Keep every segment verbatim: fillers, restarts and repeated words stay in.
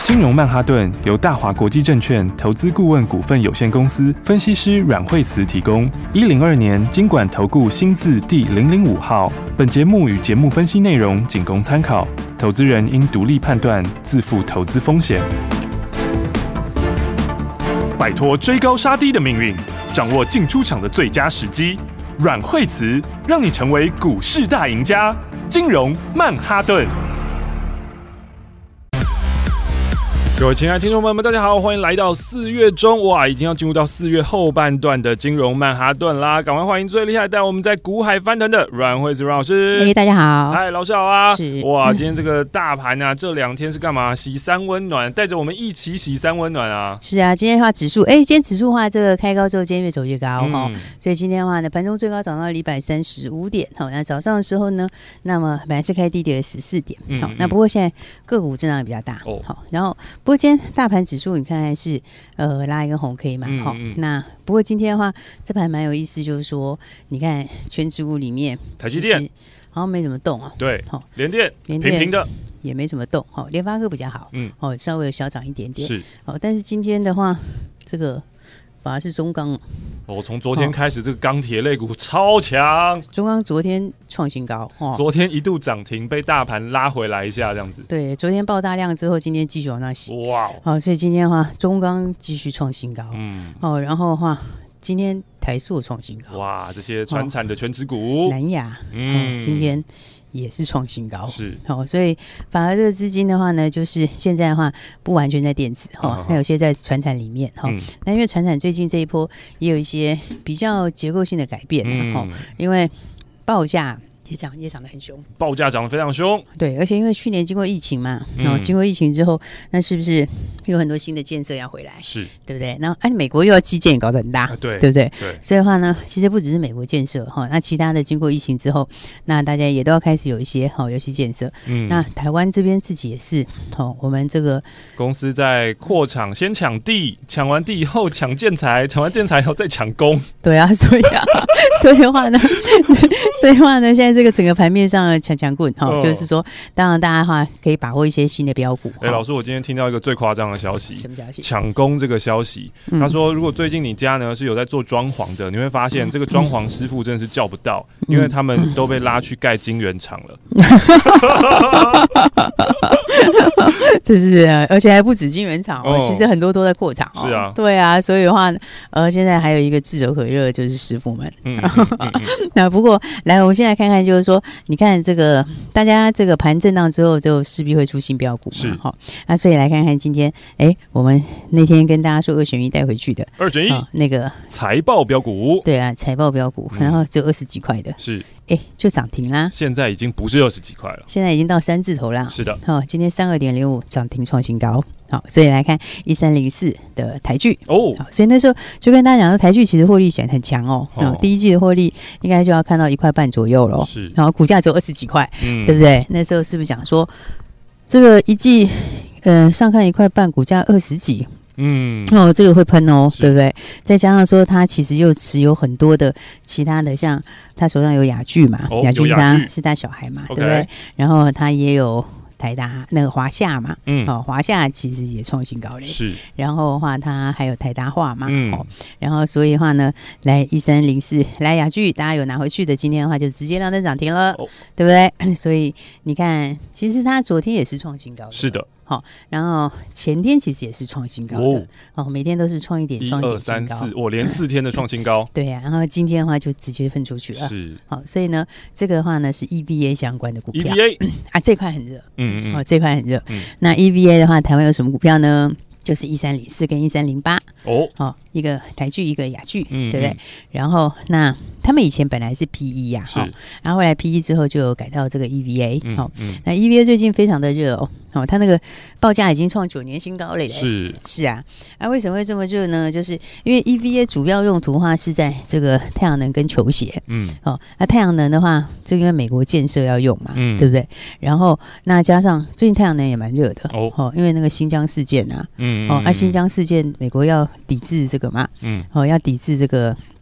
金融曼哈顿由大华国际证券投资顾问股份有限公司分析师阮惠慈提供。一零二年金管投顾新字第零零五号。本节目与节目分析内容仅供参考，投资人应独立判断，自负投资风险。摆脱追高杀低的命运，掌握进出场的最佳时机。阮惠慈让你成为股市大赢家。金融曼哈顿。各位亲爱的听众朋友们，大家好，欢迎来到四月中，哇，已经要进入到四月后半段的金融曼哈顿啦！赶快欢迎最厉害带我们在股海翻腾的阮惠慈阮老师。 嘿、hey, 大家好， 嗨，老师好啊！ 是哇，今天这个大盘啊，这两天是干嘛？洗三温暖，带着我们一起洗三温暖啊！ 是啊，今天的话指数，哎、欸，今天指数的话，这个开高之后，今天越走越高哈、嗯，所以今天的话呢，盘中最高涨到一百三十五点，好，那早上的时候呢，那么本来是开低跌十四点，好、嗯，那不过现在个股震荡比较大，哦，好，然后不过今天大盘指数你看还是呃拉一个红 K 嘛，好、嗯嗯，那不过今天的话，这盘蛮有意思，就是说，你看全指股里面， 台积电好像没怎么动啊， 对，好，联电平平的。 也没什么动，好，联发科比较好，嗯，哦，稍微有小涨一点点， 是， 哦，但是今天的话，这个反而是中钢， 哦，从昨天开始，这个钢铁类股超强， 中钢昨天创新高，哦， 昨天一度涨停，被大盘拉回来一下，这样子， 对，昨天爆大量之后，今天继续往那洗， 哇， 哦，所以今天的话，中钢继续创新高，嗯，哦，然后的话，今天台塑创新高， 哇，这些传产的全指股， 哦、南亚，嗯、哦，今天也是创新高， 是， 好、哦，所以反而这个资金的话呢，就是现在的话不完全在电子哈、哦，那有些在传产里面哈、哦嗯，那因为传产最近这一波也有一些比较结构性的改变哈、嗯哦，因为报价也涨也涨得很凶， 报价涨得非常凶， 对，而且因为去年经过疫情嘛，然后、嗯哦、经过疫情之后，那是不是有很多新的建设要回来？ 是， 对不对？然后哎，美国又要基建也搞得很大，啊、 对， 对不对？ 对， 所以的话呢，其实不只是美国建设哈，那其他的经过疫情之后，那大家也都要开始有一些哈，有些建设。嗯，那台湾这边自己也是哦，我们这个公司在扩厂，先抢地，抢完地以后抢建材，抢完建材以后再抢工。 对啊，所以啊，所以的话呢，所以的话呢，现在这个整个盘面上的强强棍哈、哦，就是说，当然大家的话可以把握一些新的标股。 哎、欸，老师，我今天听到一个最夸张的消息， 什么消息？ 抢工这个消息，嗯、他说，如果最近你家呢是有在做装潢的，你会发现这个装潢师傅真的是叫不到，嗯、因为他们都被拉去盖晶圆厂了。 这是，而且还不止晶圆厂哦，其实很多都在扩厂、哦。 是啊， 对啊，所以的话，呃，现在还有一个炙手可热，就是师傅们。嗯嗯嗯嗯、那不过，来，我们现在看看，就是说，你看这个，大家这个盘震荡之后，就势必会出新标股嘛， 是哈。那所以来看看今天，哎，我们那天跟大家说二选一带回去的， 二选一、哦， 那个财报标股， 对啊，财报标股，然后只有二十几块的， 是。 哎，就涨停啦！ 现在已经不是二十几块了， 现在已经到三字头啦。 是的， 好、哦，今天三二点零五涨停创新高。好，所以来看一三零四的台剧哦，所以那时候就跟大家讲说，台剧其实获利显很强哦。哦、嗯，第一季的获利应该就要看到一块半左右了。 是， 然后股价只有二十几块， 嗯， 对不对？那时候是不是讲说这个一季，嗯、呃，上看一块半，股价二十几？嗯，哦，这个会喷哦，对不对？再加上说，他其实又持有很多的其他的，像他手上有雅聚嘛， 哦、 雅聚是他是他小孩嘛， okay. 对不对？然后他也有台大那个华夏嘛， 嗯， 哦，华夏其实也创新高嘞， 是。 然后的话，他还有台大化嘛， 嗯， 哦，然后所以的话呢，来一三零四，来雅聚，大家有拿回去的，今天的话就直接亮灯涨停了，哦，对不对？所以你看，其实他昨天也是创新高的， 是的。 好、哦，然后前天其实也是创新高的，哦，哦每天都是创一点，创一点新高，一二三四， 我连四天的创新高， 对呀、啊，然后今天的话就直接分出去了， 是， 好、哦，所以呢，这个的话呢是 E V A 相关的股票 ，E V A 啊这块很热， 嗯嗯， 哦这块很热， 嗯， 那 E V A 的话，台湾有什么股票呢？就是一三零四跟一三零八哦， 哦，一个台剧，一个雅剧，嗯，对不对？然后那他们以前本来是 P E 呀、啊， 是、哦， 然后后来 P E 之后就有改到这个 E V A， 嗯、 哦、 嗯， 那 E V A 最近非常的热哦，哦，它那个报价已经创九年新高了， 是是啊，那、啊、为什么会这么热呢？就是因为 E V A 主要用途的话是在这个太阳能跟球鞋，嗯，哦，那、啊、太阳能的话，就因为美国建设要用嘛，嗯，对不对？然后那加上最近太阳能也蛮热的哦，哦，因为那个新疆事件啊，嗯。哦，那、啊、新疆事件，美国要抵制这个嘛？嗯，哦，要抵制这个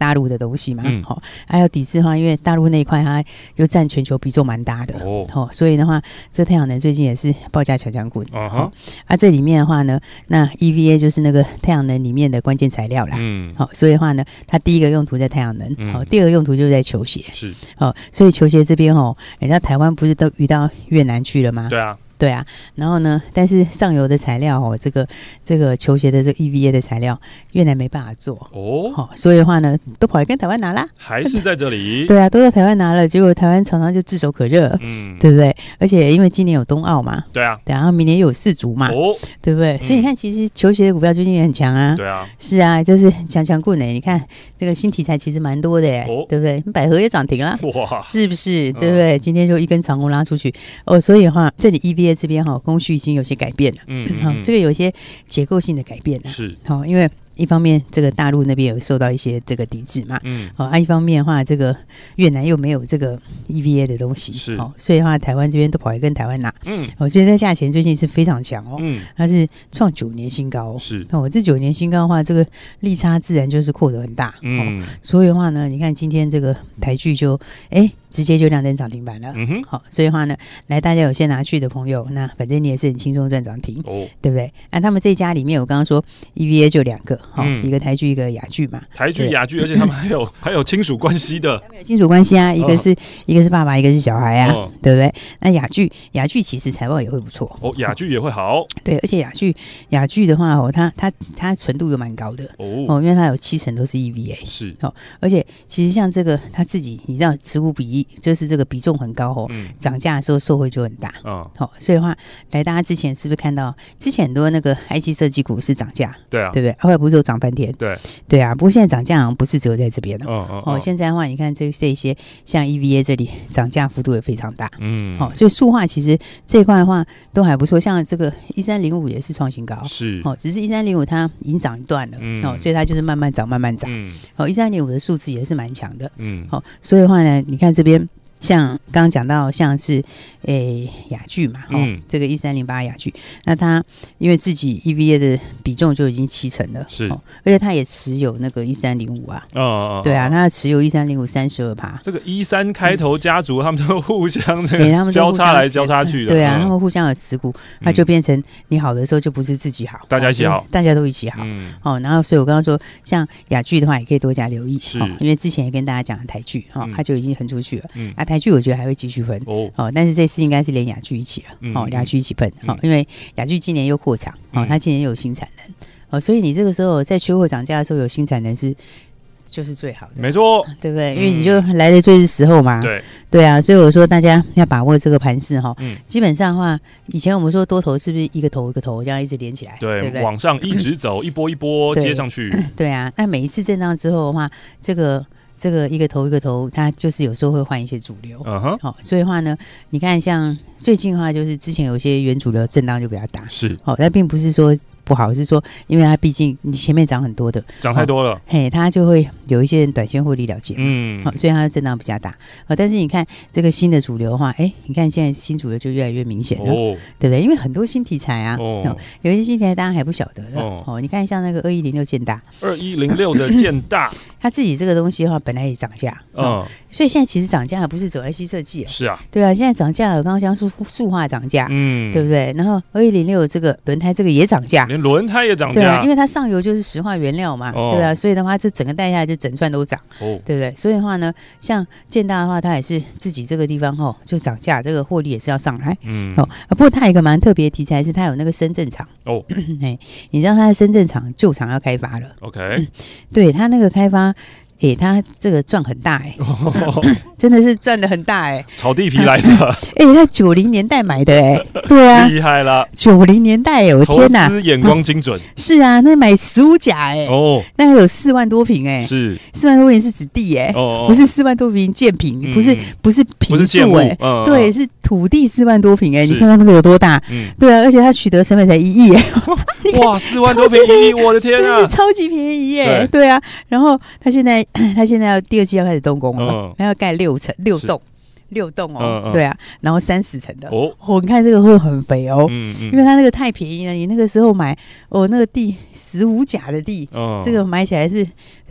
大陆的东西嘛，好、嗯，还有抵制的话，因为大陆那一块它又占全球比重蛮大的哦，哦，所以的话，这太阳能最近也是报价强强滚，哦、uh-huh 啊，这里面的话呢，那 E V A 就是那个太阳能里面的关键材料啦，嗯，好、哦，所以的话呢，它第一个用途在太阳能，好、嗯哦，第二个用途就是在球鞋，是，哦，所以球鞋这边哦，人家台湾不是都移到越南去了吗？ 对啊。 对啊，然后呢？但是上游的材料哦，这个这个球鞋的这个 E V A 的材料，越南没办法做哦，哦，所以的话呢，都跑来跟台湾拿啦， 还是在这里？ 对啊，都在台湾拿了，结果台湾厂商就炙手可热，嗯，对不对？而且因为今年有冬奥嘛， 对啊， 然后明年又有世足嘛，哦，对不对？所以你看，其实球鞋的股票最近也很强啊， 对啊， 是啊，就是强强棍哎，你看这个新题材其实蛮多的哎，哦，对不对？百合也涨停了，哇，是不是？对不对？嗯、今天就一根长红拉出去哦，所以的话，这里 E V A 这边哈、哦，供需已经有些改变了，嗯，好、嗯哦，这个有一些结构性的改变了，是，好、哦，因为一方面这个大陆那边有受到一些这个抵制嘛，嗯，好、哦，啊，一方面的话，这个越南又没有这个 E V A 的东西，是，哦，所以的话，台湾这边都跑来跟台湾拿，嗯，哦，所以这价钱最近是非常强哦，嗯，它是创九年新高、哦，是，哦，这九年新高的话，这个利差自然就是扩得很大，嗯、哦，所以的话呢，你看今天这个台剧就哎。直接就亮灯涨停板了，嗯哼，好，所以的话呢，来大家有先拿去的朋友，那反正你也是很轻松赚涨停，哦，对不对？那、啊、他们这家里面，我刚刚说 E V A 就两个，好、嗯，一个台剧，一个亚剧嘛， 台剧、亚剧，而且他们还有还有亲属关系的， 他们有亲属关系啊，一个是、哦、一个是爸爸，一个是小孩啊，哦、对不对？那亚剧，亚剧其实财报也会不错， 哦，亚剧也会好， 对，而且亚剧，亚剧的话，哦，它它它纯度又蛮高的，哦，哦，因为它有七成都是 E V A， 是，哦，而且其实像这个他自己，你知道持股比例就是这个比重很高哦，涨、嗯、价的时候受惠就很大，哦，好、哦，所以的话，来大家之前是不是看到之前很多那个 I C 设计股是涨价， 对啊， 对不对？后来不是有涨翻天，对，对啊，不过现在涨价好像不是只有在这边了，哦哦哦，现在的话，你看这这些像 E V A 这里涨价幅度也非常大，嗯，好、哦，所以塑化其实这一块的话都还不错，像这个一三零五也是创新高，是，哦，只是一三零五它已经涨一段了，嗯，哦，所以它就是慢慢涨，慢慢涨，嗯，哦，一三零五的数字也是蛮强的，嗯，好、哦，所以的话呢，你看这边。像刚刚讲到像是诶亚剧嘛，哦、嗯，这个一三零八亚剧，那它因为自己 E V A 的比重就已经七成了，是，哦、而且它也持有那个一三零五啊，哦，对啊，它持有一三零五三十二趴， 这个一三开头家族、嗯、他们都互相这个交叉来交叉去的， 对啊，他们互相有持股，那就变成你好的时候就不是自己好， 大家一起好， 大家都一起好，嗯，哦，然后所以我刚刚说像亚剧的话，也可以多加留意，是，哦、因为之前也跟大家讲台剧，哦，它就已经喷出去了，嗯，啊。台剧我觉得还会继续喷哦，哦，但是这次应该是连亚剧一起了，嗯、哦，亚剧一起喷，哦，因为亚剧今年又扩厂，哦，它今年又有新产能，哦，所以你这个时候在缺货涨价的时候有新产能是就是最好的， 没错， 对不对？因为你就来的最是时候嘛，对，对啊，所以我说大家要把握这个盘势哈，嗯，基本上的话，以前我们说多头是不是一个头一个头这样一直连起来， 对， 对不对？ 往上一直走，一波一波接上去， 对啊，那每一次震荡之后的话，这个。这个一个头一个头，它就是有时候会换一些主流，嗯哼，好，所以的话呢，你看像最近的话，就是之前有些原主流震荡就比较大，是，好，但并不是说不好，是说因为它毕竟你前面涨很多的， 涨太多了， 嘿，它就会有一些短线获利了结，嗯，好，所以它的震荡比较大，好，但是你看这个新的主流的话，哎，你看现在新主流就越来越明显了，哦，对不对？因为很多新题材啊，哦，有一些新题材大家还不晓得的，哦，哦，你看像那个二一零六建大， 二一零六的建大， 它自己这个东西的话，本来也涨价，嗯，所以现在其实涨价不是走 I C 设计， 是啊， 对啊，现在涨价，我刚刚讲塑塑化涨价，嗯，对不对？然后二一零六这个轮胎这个也涨价， 连轮胎也涨价， 对啊，因为它上游就是石化原料嘛，哦、对啊，所以的话，这整个带下来就整串都涨，哦，对不对？所以的话呢，像建大的话，它也是自己这个地方吼就涨价，这个获利也是要上来，嗯，哦，不过它有一个蛮特别的题材是它有那个深圳厂，哦，哎，你知道它的深圳厂旧厂要开发了 ，OK， 嗯、对它那个开发。哎、欸，他这个赚很大哎、欸哦，真的是赚的很大哎、欸， 炒地皮来着。 哎、欸，他九零年代买的哎、欸，对啊， 厉害了， 九零年代哎、欸，我天哪， 投资眼光精准、嗯。 是啊，那买十五甲哎，哦，那有四万多坪哎、欸，是四万多坪是指地哎、欸，哦，不是四万多坪建坪、嗯，不是不是坪数哎，对，是土地四万多坪哎、欸，你看看那个有多大？嗯，对啊，而且他取得成本才一亿哎， 哇，四万多坪一亿，我的天啊， 真是超级便宜耶、欸，对啊，然后他现在。他现在要第二季要开始动工了，嗯、他要盖六层六栋，六栋哦、嗯嗯，对啊，然后三十层的哦，哦，你看这个会很肥哦，嗯嗯，因为他那个太便宜了，你那个时候买哦那个地十五甲的地、嗯，这个买起来是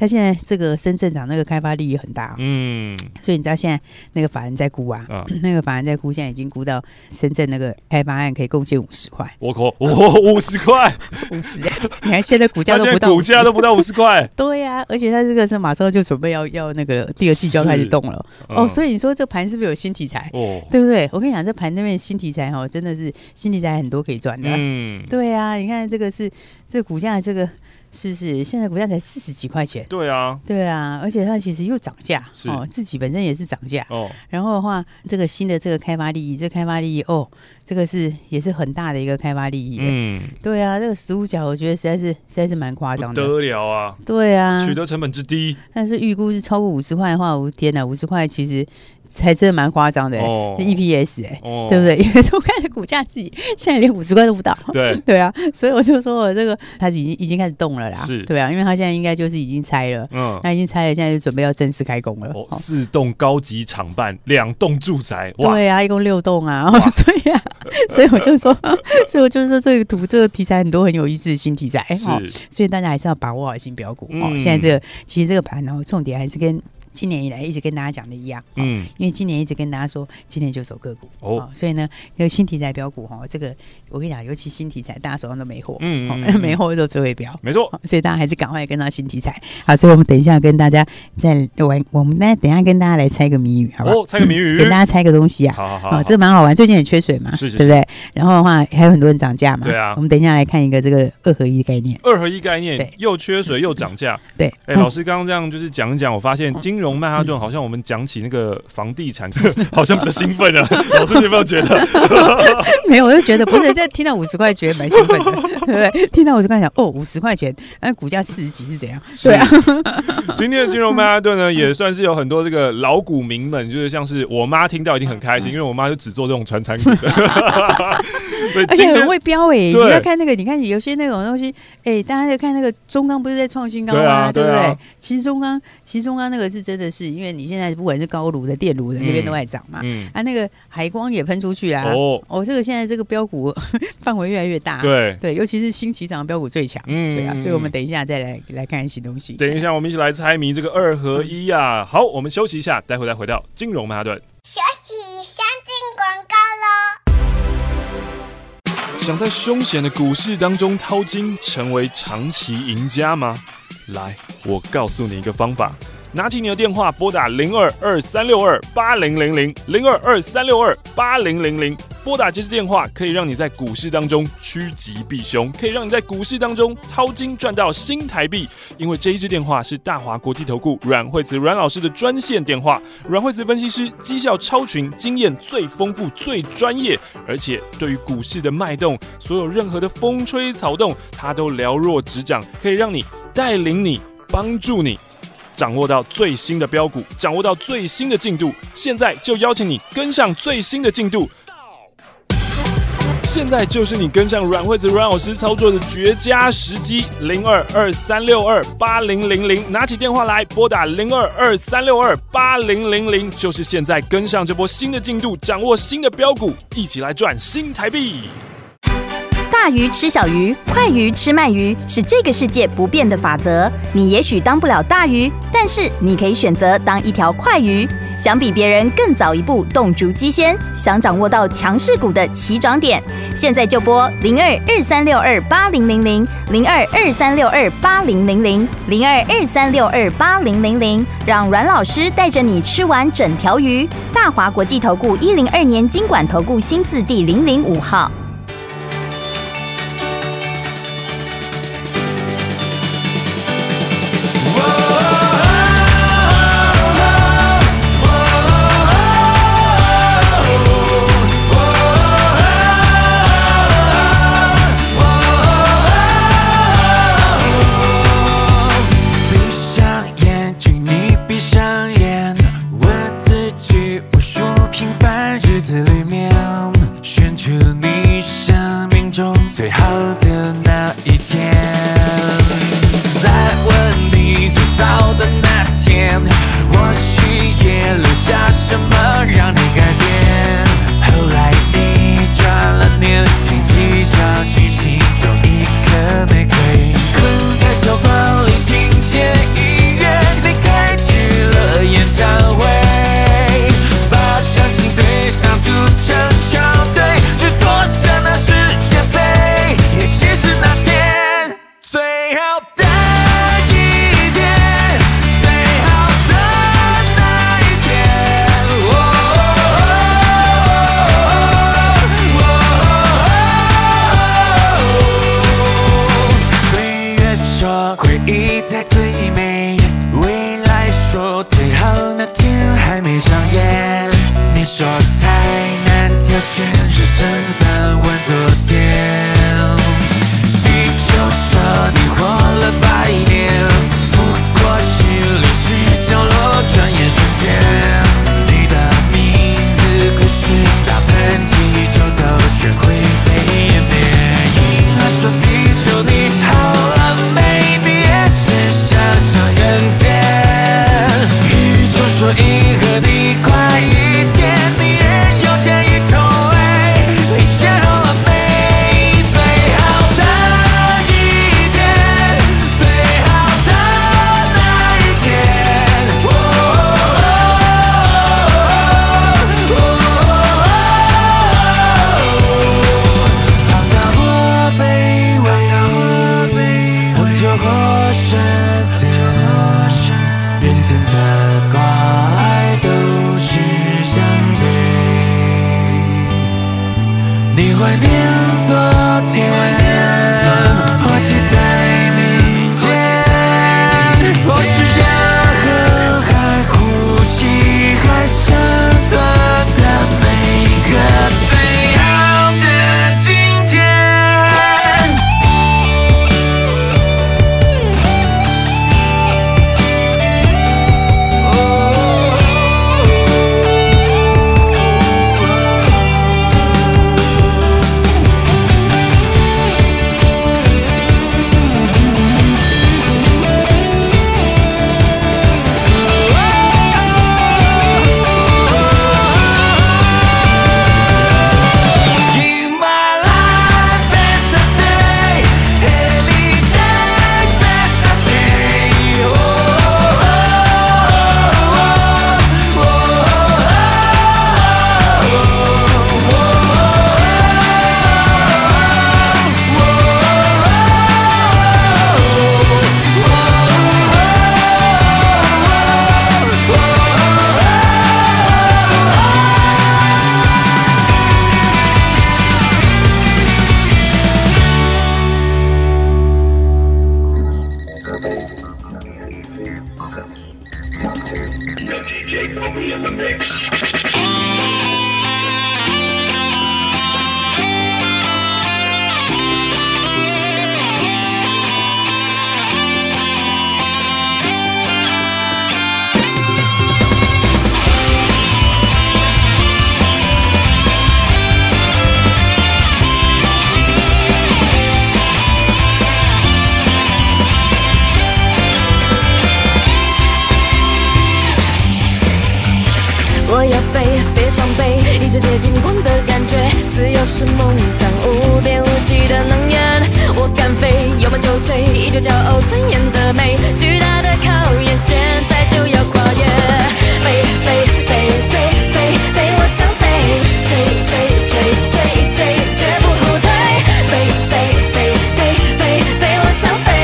他现在这个深圳港那个开发利益很大， 嗯， 所以你知道现在那个法人在估啊，啊那个法人在估，现在已经估到深圳那个开发案可以贡献五十块。 我靠，哦，五十块， 五十，你看现在股价都不到股价都不到五十块。 对呀、啊，而且他这个是马上就准备要要那个第二季就要开始动了、嗯、哦，所以你说这盘是不是有新题材？哦，对不对？我跟你讲，这盘那边新题材哦，真的是新题材很多可以赚的。嗯，对啊，你看这个是这个股价这个。是不是现在股价才四十几块钱？ 对啊， 对啊，而且它其实又涨价哦，自己本身也是涨价哦。然后的话，这个新的这个开发利益，这个开发利益哦，这个是也是很大的一个开发利益。嗯，对啊，这个十五角我觉得实在是实在是蛮夸张的， 不得了啊！ 对啊， 取得成本之低，但是预估是超过五十块的话，我天哪，五十块其实。才真的蛮夸张的、欸哦，是 E P S 哎、欸哦，对不对？因为我看的股价自己现在连五十块都不到，对对啊，所以我就说我这个它已经已经开始动了啦，是，对啊，因为它现在应该就是已经拆了，嗯，它已经拆了，现在就准备要正式开工了。哦， 四栋高级厂办，两栋住宅， 哇，对啊，一共六栋啊，所以啊，所以我就说，所以我就说这个图这个题材很多很有意思的新题材，是，所以大家还是要把握好新标股哦、嗯。现在这个其实这个盘呢，重点还是跟。今年以来一直跟大家讲的一样，嗯，因为今年一直跟大家说，今年就走个股哦，哦所以呢，有新题材标股哈，这个我跟你讲，尤其新题材，大家手上都没货，嗯，哦、嗯没货就最会标， 没错、 哦，所以大家还是赶快跟到新题材。好，所以我们等一下跟大家再玩，我们那等一下跟大家来猜个谜语，好不好？ 哦，猜个谜语， 给大家猜个东西啊， 好好 好, 好， 哦，这蛮好玩，最近也缺水嘛， 是是是， 对不对？然后的话还有很多人涨价嘛， 对啊， 我们等一下来看一个这个二合一的概念， 二合一概念，对，又缺水又涨价， 对， 哎、欸，老师刚刚这样就是讲一讲，我发现金融曼哈顿好像。我们讲起那个房地产，好像比较兴奋啊！老师，你有没有觉得？ 没有，我就觉得不是。在听到五十块，觉得蛮兴奋的，对不对？听到五十块，想哦，五十块钱，那股价四十几是怎样？对啊。 今天的金融曼哈顿呢，也算是有很多这个老股民们，就是像是我妈听到一定很开心，因为我妈就只做这种传产股的， 而且很会标哎、欸。你要看那个，你看有些那种东西，哎、欸，大家在看那个中钢不是在创新高吗？ 啊、 对不对？ 啊、 其实中钢，其实中钢那个是真的是，因为你现在不管是高炉的、电炉的、嗯、那边都在涨嘛，嗯，啊，那个海光也喷出去啦，哦，哦，这个现在这个标股范围越来越大， 对对，尤其是新起涨的标股最强，嗯，对啊，所以我们等一下再来来看新东西。 等一下，我们一起来猜谜这个二合一啊！好，我们休息一下，待会再回到金融曼哈顿。 休息，先进广告喽。 想在凶险的股市当中淘金，成为长期赢家吗？来，我告诉你一个方法。拿起你的电话，拨打零二二三六二八零零零零二二三六二八零零零，拨打这支电话可以让你在股市当中趋吉避凶，可以让你在股市当中淘金赚到新台币。因为这一支电话是大华国际投顾阮惠慈阮老师的专线电话，阮惠慈分析师绩效超群，经验最丰富、最专业，而且对于股市的脉动，所有任何的风吹草动，他都了若指掌，可以让你带领你、帮助你。掌握到最新的标股，掌握到最新的进度，现在就邀请你跟上最新的进度。现在就是你跟上阮惠慈阮老师操作的绝佳时机，零二二三六二八零零零，拿起电话来拨打零二二三六二八零零零，就是现在跟上这波新的进度，掌握新的标股，一起来赚新台币。 大鱼吃小鱼，快鱼吃慢鱼，是这个世界不变的法则。你也许当不了大鱼，但是你可以选择当一条快鱼。想比别人更早一步动足机先，想掌握到强势股的起涨点，现在就拨零二二三六二八零零零零二二三六二八零零零零二二三六二八零零零，让阮老师带着你吃完整条鱼。大华国际投顾一零二年金管投顾新字第零零五号。 最好的那一天，再问你最早的那天，或许也留下什么让你改变。后来你转了念，天际上星星中一颗玫瑰，困在角落里听见音乐。 怀念昨天，我期待明天。我是任何还呼吸、还生存的每个最好的今天。 我要飞，飞上北，一直接近光的感觉，自由是梦想，无边无际的能源。我敢飞，有梦就追，依旧骄傲尊严的美，巨大的考验，现在就要跨越。飞飞飞飞飞飞，我想飞，追追追追追，绝不后退。飞飞飞飞飞飞，我想飞。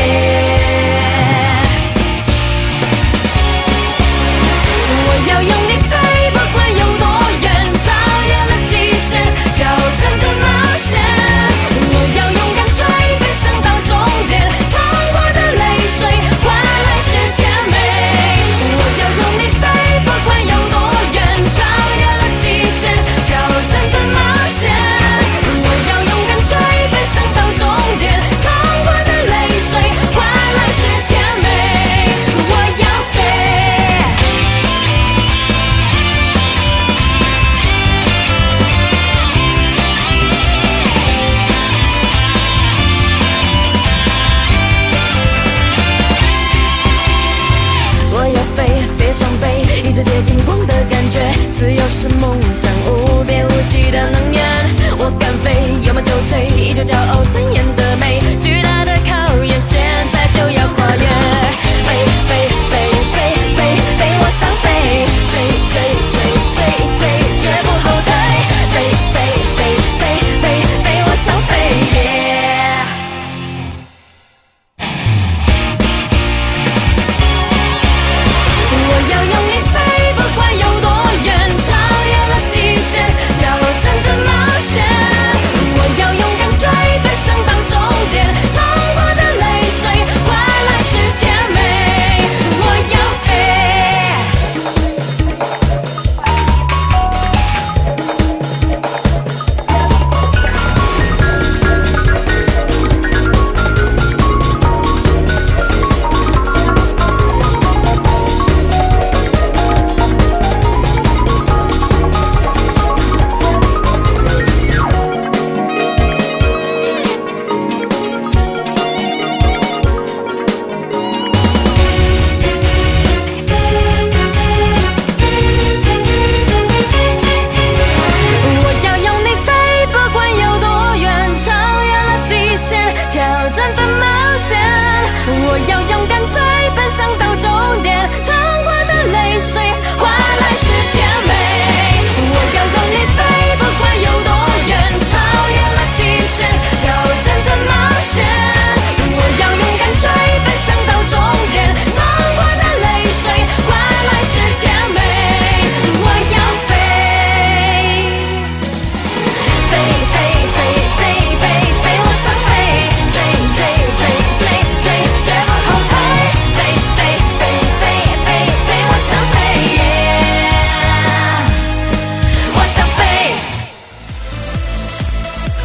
我要用力飞。我要勇敢追，奔向到终点，淌过的泪水。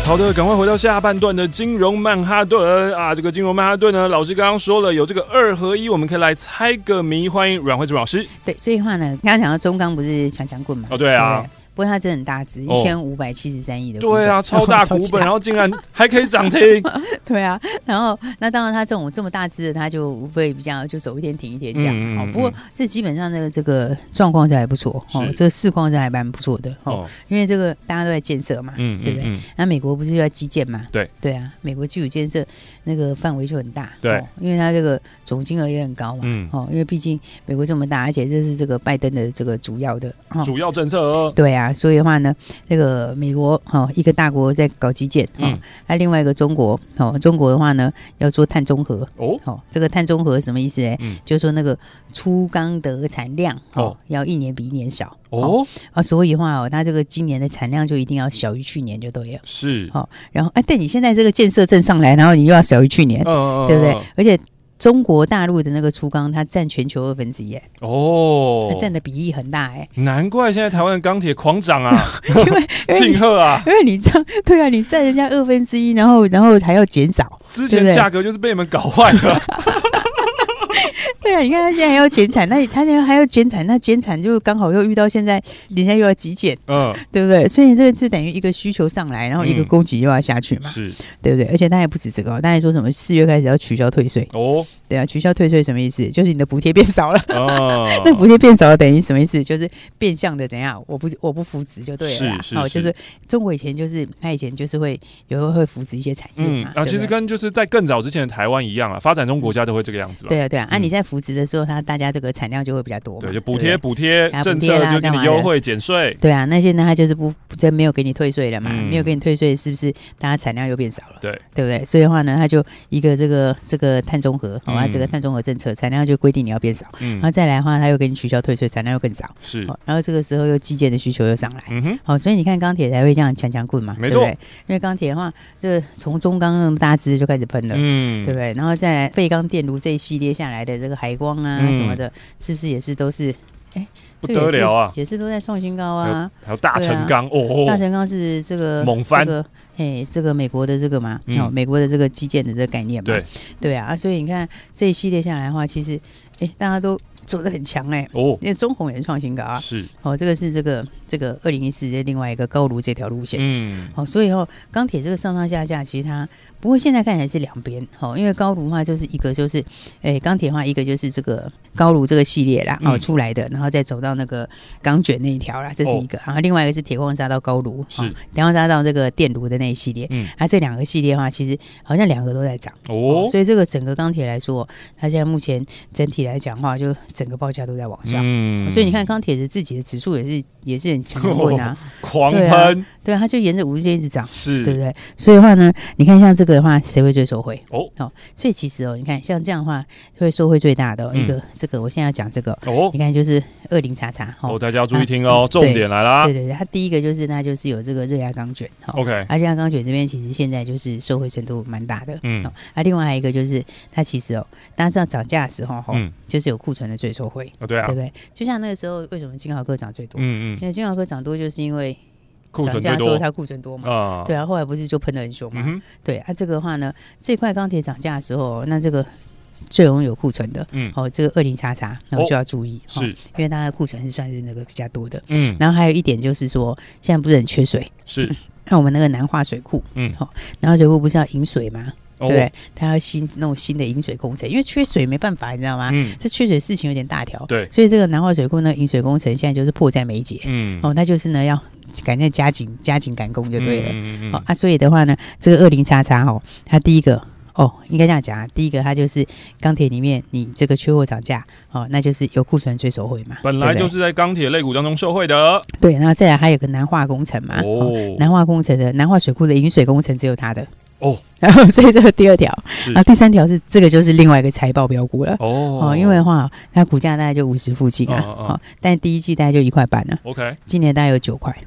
好的，赶快回到下半段的金融曼哈顿啊！这个金融曼哈顿呢，老师刚刚说了有这个二合一，我们可以来猜个谜。欢迎阮慧珠老师。 对，所以的话呢，刚刚讲到中钢不是强强棍嘛？ 哦，对啊。 对，不过它真的很大只，一千五百七十三亿的股本。对啊，超大股本，然后竟然还可以涨停。 对啊，然后那当然它这种这么大只的，它就无非比较就走一天停一天这样。嗯嗯嗯哦，不过这基本上的这个状况是还不错哦，这个市况是还蛮不错的哦，哦因为这个大家都在建设嘛，嗯，对不对？那、嗯、美国不是要基建嘛？对对啊，美国基础建设那个范围就很大，对、哦，因为它这个总金额也很高嘛，嗯，哦，因为毕竟美国这么大，而且这是这个拜登的这个主要的、 哦、主要政策哦。 对啊，所以的话呢，这个美国哦一个大国在搞基建，哦，那、嗯、另外一个中国哦，中国的话呢要做碳中和哦，哦，这个碳中和什么意思呢？嗯、就是说那个粗钢的产量哦, 哦要一年比一年少哦，啊，所以的话哦，它这个今年的产量就一定要小于去年就对了，是哦，然后哎，但你现在这个建设正上来，然后你又要小于去年，哦、对不对？而且中国大陆的那个粗钢，它占全球二分之一，哦，它占的比例很大哎， 难怪现在台湾的钢铁狂涨啊，因为庆贺啊， 因为你这样对啊，你占人家二分之一，然后然后还要减少， 之前价格就是被你们搞坏了。 对啊，你看他现在还要减产，那他现在还要减产，那减产就刚好又遇到现在人家又要极简，嗯，对不对？所以这个是等于一个需求上来，然后一个供给又要下去嘛，是、嗯，对不对？而且他也不止这个，他还说什么四月开始要取消退税哦，对啊，取消退税什么意思？就是你的补贴变少了哦，那补贴变少了等于什么意思？就是变相的怎样？我不我不扶持就对了啦，是是是哦，就是中国以前就是他以前就是会有时候会扶持一些产业嘛， 嗯、啊，其实跟就是在更早之前的台湾一样啊，发展中国家都会这个样子吧？ 对啊对啊，嗯、啊你在扶持的时候，它大家这个产量就会比较多嘛， 对，就补贴补贴政策就给你优惠减税， 对啊，那现在它就是不真没有给你退税了嘛，嗯、没有给你退税，是不是大家产量又变少了？对，对不对？所以的话呢，它就一个这个这个碳中和，好、哦，它这个碳中和政策产量就规定你要变少，嗯，然后再来的话，它又给你取消退税，产量又更少，是、哦，然后这个时候又基建的需求又上来，嗯哼，好、哦，所以你看钢铁才会这样强强棍嘛，没错，对不对？因为钢铁的话，这从中钢那么大支就开始喷了，嗯，对不对？然后再来废钢电炉这一系列下来的这个海光啊、嗯、什么的，是不是也是都是哎？ 不得了啊， 也是都在创新高啊！ 还有大成钢、啊、哦， 大成钢是这个猛翻， 这个哎，这个美国的这个嘛，嗯、哦，美国的这个基建的这个概念嘛，对对啊，所以你看这一系列下来的话，其实哎，大家都走得很强哎、欸，哦，因为中红也是创新高啊，是哦，这个是这个这个二零一四的另外一个高炉这条路线，嗯，好、哦，所以哦，钢铁这个上上下下，其实它不过现在看起来是两边，哦，因为高炉的话就是一个就是哎钢铁的话，一个就是这个高炉这个系列啦，哦、嗯、出来的，然后再走到那个钢卷那一条啦，这是一个，哦、然后另外一个是铁矿砂到高炉，是、哦、铁矿砂到这个电炉的那一系列，嗯，啊这两个系列的话，其实好像两个都在涨哦，所以这个整个钢铁来说，它现在目前整体来讲的话，就整个报价都在往上，嗯，所以你看钢铁的自己的指数也是也是很强棍啊， 狂喷， 对啊，对啊，它就沿着五日线一直涨，是，对不对？所以的话呢，你看像这个的话，谁会最受惠？哦，哦，所以其实哦，你看像这样的话，会受惠最大的、哦嗯、一个，这个我现在要讲这个哦，你看就是二零叉叉哦，大家要注意听哦，重点来啦， 对对对，它第一个就是它就是有这个热轧钢卷，哦 OK， 而热轧钢卷这边其实现在就是受惠程度蛮大的，嗯，哦，啊，另外还有一个就是它其实哦，大家知道涨价的时候哈、哦，嗯，就是有库存的最受惠，哦，对啊，对不对？就像那个时候为什么金豪科涨最多？嗯嗯，因为金豪科涨多就是因为涨价的时候它库存多嘛，啊，对啊，后来不是就喷得很凶嘛，嗯，对啊，这个的话呢，这块钢铁涨价的时候，那这个最容易有库存的，嗯，哦，这个二零叉叉，然后就要注意，哦、是，因为它的库存是算是那个比较多的，嗯，然后还有一点就是说，现在不是很缺水，是，那我们那个南化水库，嗯，好、哦，南化水库不是要引水吗？对不对？他要新弄新的引水工程，因为缺水没办法，你知道吗？嗯，这缺水事情有点大条，对，所以这个南化水库呢，引水工程现在就是迫在眉睫，嗯，哦，那就是呢要赶紧加紧加紧赶工就对了，嗯嗯嗯，哦啊，所以的话呢，这个二零叉叉哦，它第一个。哦，应该这样讲啊。第一个，它就是钢铁里面，你这个缺货涨价，哦，那就是有库存最受惠嘛。 本来就是在钢铁类股当中受惠的。 对，然后再来还有个南化工程嘛。哦，哦南化工程的南化水库的引水工程只有它的。哦，然后所以这个第二条，然后第三条是这个就是另外一个财报标股了。哦，哦因为的话，它股价大概就五十附近啊，哦，哦但第一季大概就一块半了。OK， 今年大概有九块。是。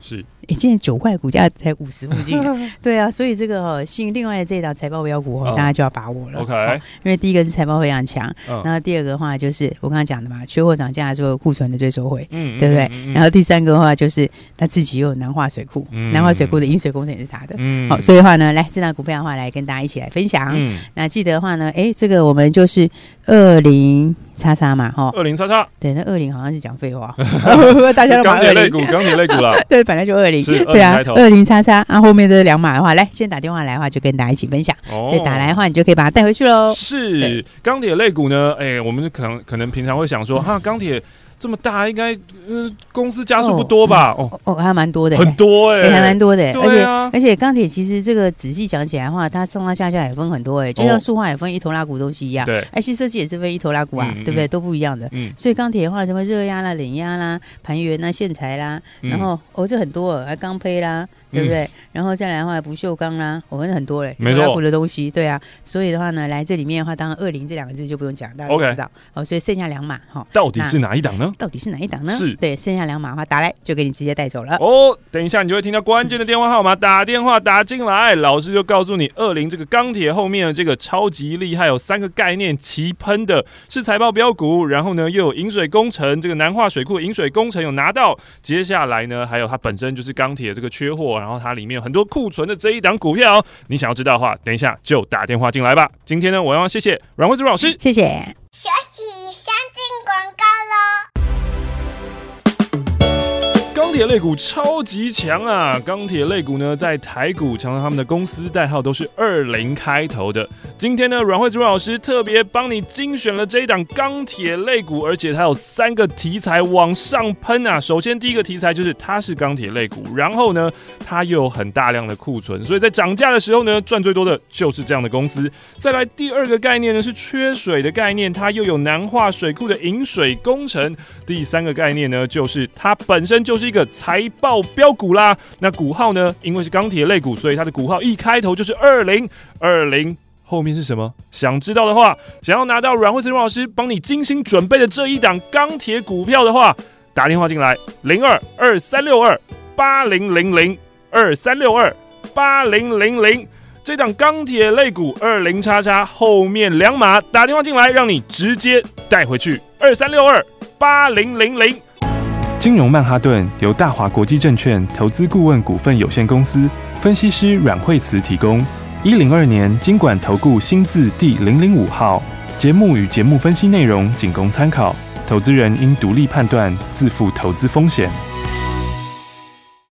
哎，今天九块股价才五十附近，对啊，所以这个哦，新另外的这一档财报标股哦，大家就要把握了。 OK， 哦、因为第一个是财报非常强， 嗯、 然后第二个的话就是我刚刚讲的嘛，缺货涨价的时候库存的最收回， 嗯， 对不对？ 嗯嗯、 然后第三个的话就是他自己又有南化水库，嗯、南化水库的饮水工程也是他的，嗯，好、哦，所以的话呢，来这档股票的话，来跟大家一起来分享。嗯，那记得的话呢，哎，这个我们就是二零叉叉嘛，哈， 二零叉叉， 对，那二零好像是讲废话，大家都钢铁类股，钢铁类股啦， 对，本来就二零， 是对啊，二零叉叉，啊，后面的两码的话，来先打电话来的话，就跟大家一起分享，哦、所以打来的话，你就可以把它带回去喽。 是钢铁类股呢，哎，我们可能可能平常会想说，哈，钢铁这么大，应该呃公司家数不多吧？哦哦，还蛮多的， 很多哎， 还蛮多的，而且啊， 而且钢铁其实这个仔细讲起来的话，它上上下下也分很多哎，就像塑化也分一头拉股东西一样， 对 ，I C 设计也是分一头拉股啊，对不对？都不一样的，嗯，所以钢铁的话，什么热压啦、冷压啦、盘源啦、线材啦，然后哦这很多，还钢胚啦。对不对？嗯、然后再来的话，不锈钢啦，我、哦、们很多嘞， 没错， 的东西，对啊。所以的话呢，来这里面的话，当然二零这两个字就不用讲，大家都知道。哦，所以剩下两码哈， 到底是哪一档呢？ 到底是哪一档呢？ 是对，剩下两码的话，打来就给你直接带走了。 哦，等一下你就会听到关键的电话号码，打电话打进来，老师就告诉你，二零这个钢铁后面的这个超级厉害，有三个概念齐喷的，是财报标股，然后呢又有饮水工程，这个南化水库饮水工程有拿到，接下来呢还有它本身就是钢铁这个缺货，然后它里面有很多库存的这一档股票、哦，你想要知道的话，等一下就打电话进来吧。今天呢，我要谢谢阮慧珠老师， 谢谢。 休息，先进广告喽。 钢铁类股超级强啊！钢铁类股呢，在台股常常他们的公司代号都是二零开头的。今天呢，阮慧珠老师特别帮你精选了这一档钢铁类股，而且它有三个题材往上喷啊。首先第一个题材就是它是钢铁类股，然后呢，它又有很大量的库存，所以在涨价的时候呢，赚最多的就是这样的公司。再来第二个概念呢是缺水的概念，它又有南化水库的饮水工程。第三个概念呢，就是它本身就是一个财报标股啦。那股号呢，因为是钢铁类股，所以它的股号一开头就是二零二零。后面是什么？想知道的话，想要拿到阮慧慈老师帮你精心准备的这一档钢铁股票的话，打电话进来零二二三六二八零零零二三六二八零零零。这档钢铁类股二零叉叉后面两码，打电话进来，让你直接带回去二三六二八零零零。 金融曼哈顿由大华国际证券投资顾问股份有限公司分析师阮慧慈提供。一零二年金管投顾新字第零零五号。节目与节目分析内容仅供参考，投资人应独立判断，自负投资风险。